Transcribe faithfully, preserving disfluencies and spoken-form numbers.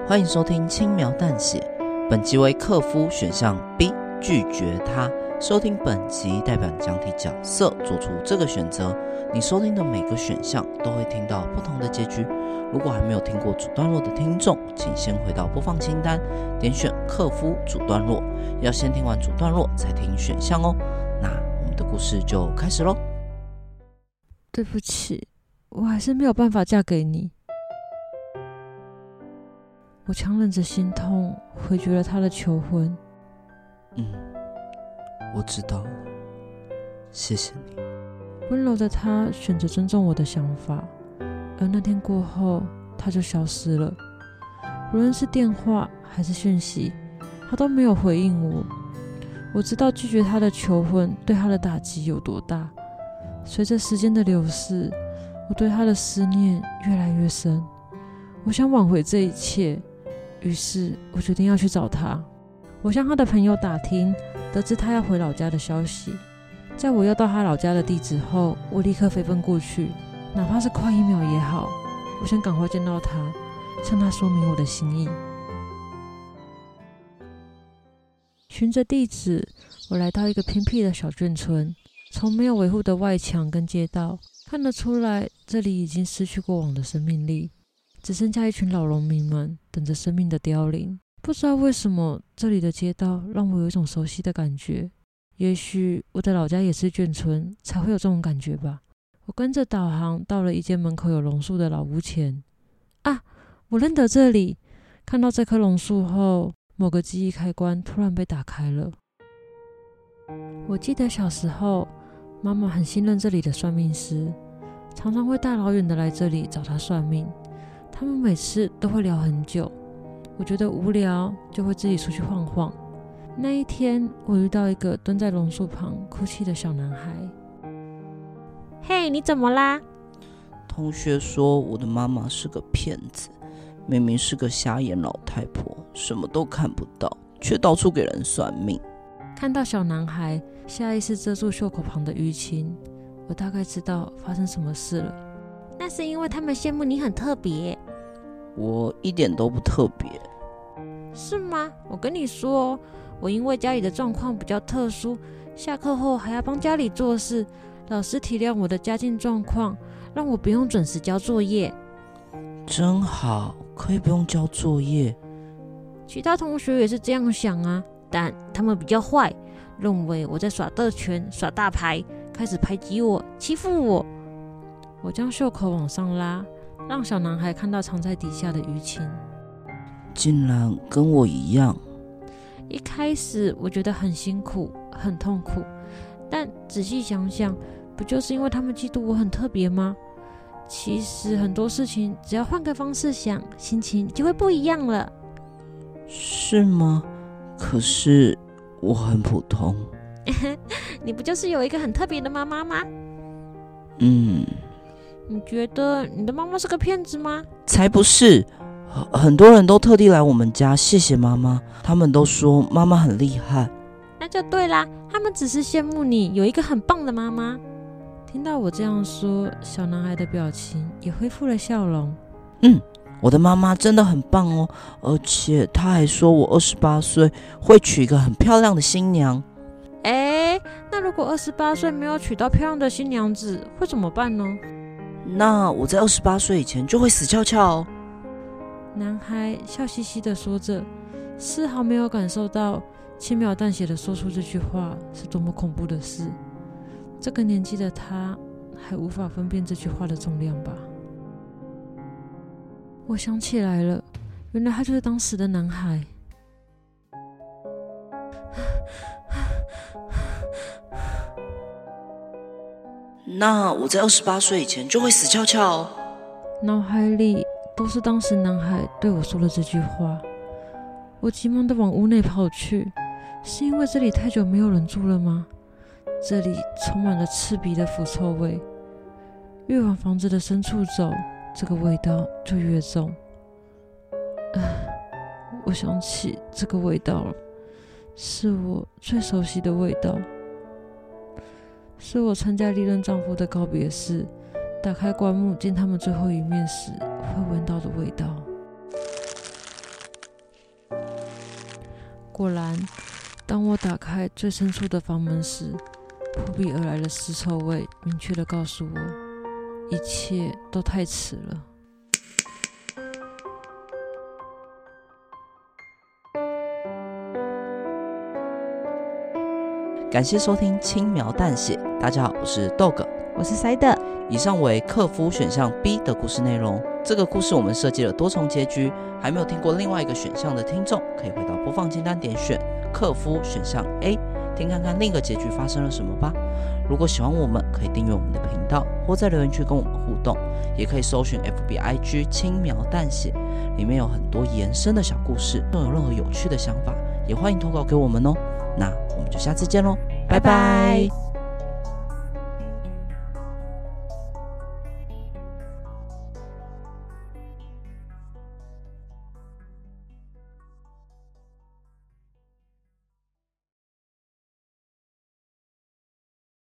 欢迎收听轻描淡写，本集为克夫选项 B 拒绝他。收听本集代表你将替角色做出这个选择，你收听的每个选项都会听到不同的结局。如果还没有听过主段落的听众，请先回到播放清单，点选克夫主段落，要先听完主段落才听选项哦。那我们的故事就开始咯。 对不起，我还是没有办法嫁给你。我强忍着心痛，回绝了他的求婚。 嗯，我知道了，谢谢你。 温柔的他选择尊重我的想法，而那天过后，他就消失了。无论是电话还是讯息，他都没有回应我。我知道拒绝他的求婚对他的打击有多大。随着时间的流逝，我对他的思念越来越深。我想挽回这一切，于是我决定要去找他。我向他的朋友打听，得知他要回老家的消息。在我要到他老家的地址后，我立刻飞奔过去，哪怕是快一秒也好。我想赶快见到他，向他说明我的心意。循着地址，我来到一个偏僻的小眷村。从没有维护的外墙跟街道，看得出来这里已经失去过往的生命力，只剩下一群老农民们等着生命的凋零。不知道为什么，这里的街道让我有一种熟悉的感觉。也许我的老家也是眷村，才会有这种感觉吧。我跟着导航到了一间门口有榕树的老屋前。啊，我认得这里。看到这棵榕树后，某个记忆开关突然被打开了。我记得小时候，妈妈很信任这里的算命师，常常会大老远的来这里找他算命。他们每次都会聊很久，我觉得无聊就会自己出去晃晃。那一天，我遇到一个蹲在榕树旁哭泣的小男孩。嘿，你怎么啦？ 同学说我的妈妈是个骗子，明明是个瞎眼老太婆，什么都看不到，却到处给人算命。 看到小男孩下意识遮住袖口旁的淤青，我大概知道发生什么事了。那是因为他们羡慕你很特别。 我一点都不特别。 是吗？我跟你说，我因为家里的状况比较特殊，下课后还要帮家里做事，老师体谅我的家境状况，让我不用准时交作业。 真好，可以不用交作业。 其他同学也是这样想啊，但他们比较坏，认为我在耍特权、耍大牌，开始排挤我、欺负我。我将袖口往上拉，让小男孩看到藏在底下的淤青。 竟然跟我一样。 一开始我觉得很辛苦、很痛苦，但仔细想想，不就是因为他们嫉妒我很特别吗？其实很多事情只要换个方式想，心情就会不一样了。 是吗？可是我很普通。 你不就是有一个很特别的妈妈吗？ 嗯。 你觉得你的妈妈是个骗子吗？ 才不是，很多人都特地来我们家谢谢妈妈，他们都说妈妈很厉害。 那就对啦，他们只是羡慕你有一个很棒的妈妈。听到我这样说，小男孩的表情也恢复了笑容。 嗯，我的妈妈真的很棒哦，而且她还说我二十八岁会娶一个很漂亮的新娘。 哎，那如果二十八岁没有娶到漂亮的新娘子，会怎么办呢？ 那我在二十八岁以前就会死翘翘哦。 男孩笑嘻嘻地说着，丝毫没有感受到轻描淡写地说出这句话是多么恐怖的事。这个年纪的他还无法分辨这句话的重量吧。我想起来了，原来他就是当时的男孩。 那我在二十八岁以前就会死翘翘哦。 脑海里都是当时男孩对我说的这句话。我急忙地往屋内跑去，是因为这里太久没有人住了吗？这里充满了刺鼻的腐臭味，越往房子的深处走，这个味道就越重。唉，我想起这个味道了，是我最熟悉的味道，是我参加历任丈夫的告别式，打开棺木见他们最后一面时会闻到的味道。 果然，当我打开最深处的房门时，扑鼻而来的尸臭味明确地告诉我，一切都太迟了。 感谢收听轻描淡写，大家好，我是豆哥， 我是塞德。 以上为克夫选项 B 的故事内容。这个故事我们设计了多重结局，还没有听过另外一个选项的听众，可以回到播放清单点选克夫选项 A， 听看看另一个结局发生了什么吧。如果喜欢我们，可以订阅我们的频道，或在留言区跟我们互动，也可以搜寻 F B I G 轻描淡写，里面有很多延伸的小故事。若有任何有趣的想法，也欢迎投稿给我们哦。那我们就下次见咯，拜拜。